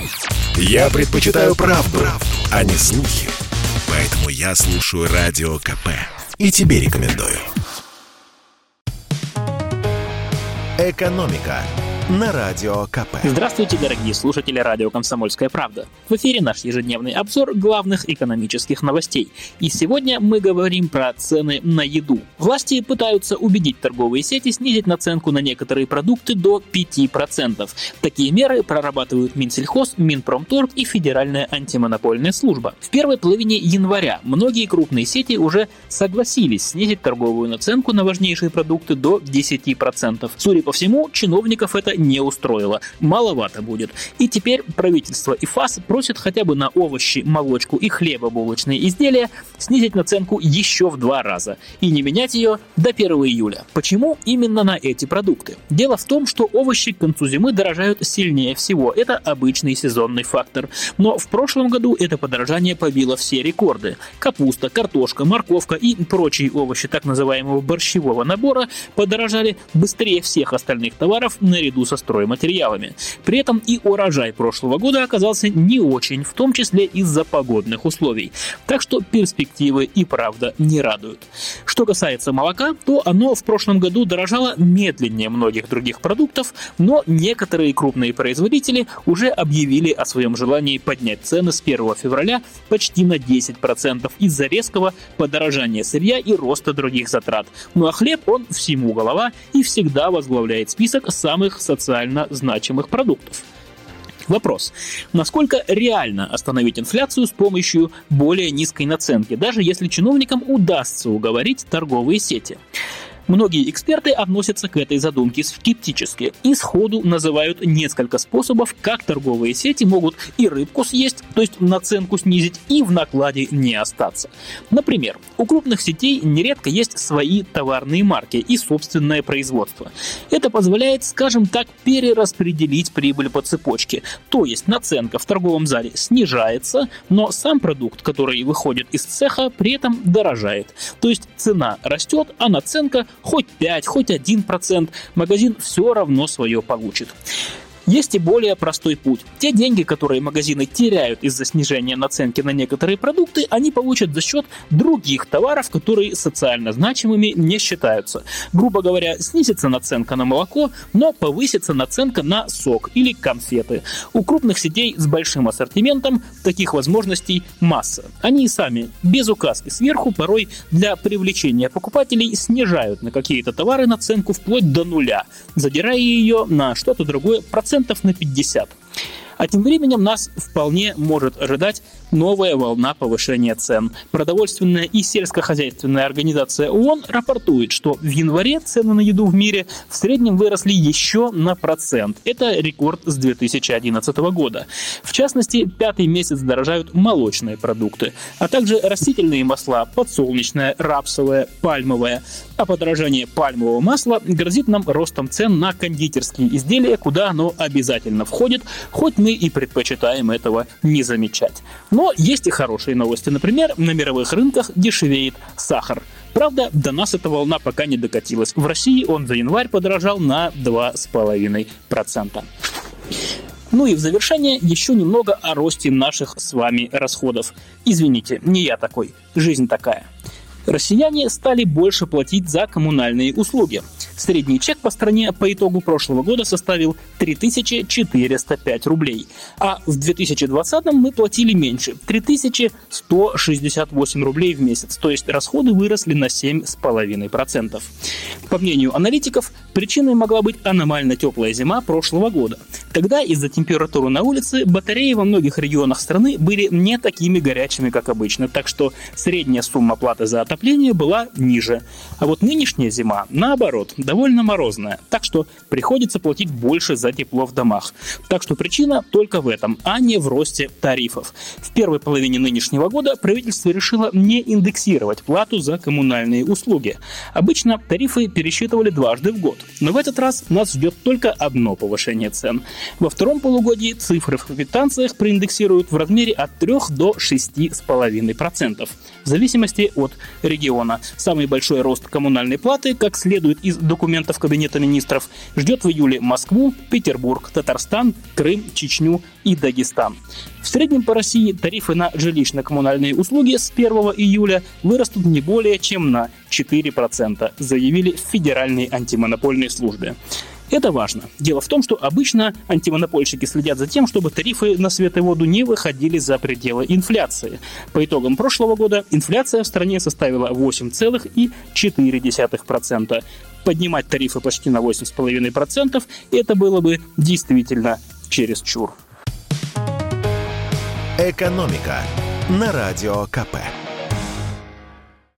Я предпочитаю правду, а не слухи. Поэтому я слушаю Радио КП. И тебе рекомендую. «Экономика» на Радио КП. Здравствуйте, дорогие слушатели радио «Комсомольская правда». В эфире наш ежедневный обзор главных экономических новостей. И сегодня мы говорим про цены на еду. Власти пытаются убедить торговые сети снизить наценку на некоторые продукты до 5%. Такие меры прорабатывают Минсельхоз, Минпромторг и Федеральная антимонопольная служба. В первой половине января многие крупные сети уже согласились снизить торговую наценку на важнейшие продукты до 10%. Судя по всему, чиновников это не устроило. Маловато будет. И теперь правительство и ФАС просят хотя бы на овощи, молочку и хлебобулочные изделия снизить наценку еще в 2 раза и не менять ее до 1 июля. Почему именно на эти продукты? Дело в том, что овощи к концу зимы дорожают сильнее всего. Это обычный сезонный фактор. Но в прошлом году это подорожание побило все рекорды. Капуста, картошка, морковка и прочие овощи так называемого борщевого набора подорожали быстрее всех остальных товаров наряду со стройматериалами. При этом и урожай прошлого года оказался не очень, в том числе из-за погодных условий. Так что перспективы и правда не радуют. Что касается молока, то оно в прошлом году дорожало медленнее многих других продуктов, но некоторые крупные производители уже объявили о своем желании поднять цены с 1 февраля почти на 10% из-за резкого подорожания сырья и роста других затрат. Ну а хлеб, он всему голова и всегда возглавляет список самых социально значимых продуктов. Вопрос. Насколько реально остановить инфляцию с помощью более низкой наценки, даже если чиновникам удастся уговорить торговые сети? Многие эксперты относятся к этой задумке скептически и сходу называют несколько способов, как торговые сети могут и рыбку съесть, то есть наценку снизить, и в накладе не остаться. Например, у крупных сетей нередко есть свои товарные марки и собственное производство. Это позволяет, скажем так, перераспределить прибыль по цепочке. То есть наценка в торговом зале снижается, но сам продукт, который выходит из цеха, при этом дорожает. То есть цена растет, а наценка хоть 5, хоть 1%, магазин все равно свое получит. Есть и более простой путь. Те деньги, которые магазины теряют из-за снижения наценки на некоторые продукты, они получат за счет других товаров, которые социально значимыми не считаются. Грубо говоря, снизится наценка на молоко, но повысится наценка на сок или конфеты. У крупных сетей с большим ассортиментом таких возможностей масса. Они и сами, без указки сверху, порой для привлечения покупателей снижают на какие-то товары наценку вплоть до 0, задирая ее на что-то другое процентов на 50. А тем временем нас вполне может ожидать новая волна повышения цен. Продовольственная и сельскохозяйственная организация ООН рапортует, что в январе цены на еду в мире в среднем выросли еще на 1%. Это рекорд с 2011 года. В частности, 5-й месяц дорожают молочные продукты, а также растительные масла, подсолнечное, рапсовое, пальмовое. А подорожание пальмового масла грозит нам ростом цен на кондитерские изделия, куда оно обязательно входит, хоть мы и предпочитаем этого не замечать. Но есть и хорошие новости. Например, на мировых рынках дешевеет сахар. Правда, до нас эта волна пока не докатилась. В России он за январь подорожал на 2,5%. Ну и в завершение еще немного о росте наших с вами расходов. Извините, не я такой, жизнь такая. Россияне стали больше платить за коммунальные услуги. Средний чек по стране по итогу прошлого года составил 3405 рублей, а в 2020 мы платили меньше – 3168 рублей в месяц, то есть расходы выросли на 7,5%. По мнению аналитиков, причиной могла быть аномально теплая зима прошлого года. Тогда из-за температуры на улице батареи во многих регионах страны были не такими горячими, как обычно, так что средняя сумма платы за отопление была ниже. А вот нынешняя зима, наоборот, довольно морозная, так что приходится платить больше за тепло в домах. Так что причина только в этом, а не в росте тарифов. В первой половине нынешнего года правительство решило не индексировать плату за коммунальные услуги. Обычно тарифы пересчитывали дважды в год. Но в этот раз нас ждет только одно повышение цен. Во втором полугодии цифры в квитанциях проиндексируют в размере от 3 до 6,5%, в зависимости от региона. Самый большой рост коммунальной платы, как следует из документов Кабинета министров, ждет в июле Москву, Петербург, Татарстан, Крым, Чечню и Дагестан. В среднем по России тарифы на жилищно-коммунальные услуги с 1 июля вырастут не более чем на 4%, заявили в Федеральной антимонопольной службе. Это важно. Дело в том, что обычно антимонопольщики следят за тем, чтобы тарифы на свет и воду не выходили за пределы инфляции. По итогам прошлого года инфляция в стране составила 8,4%. Поднимать тарифы почти на 8,5% – это было бы действительно чересчур. «Экономика» на Радио КП.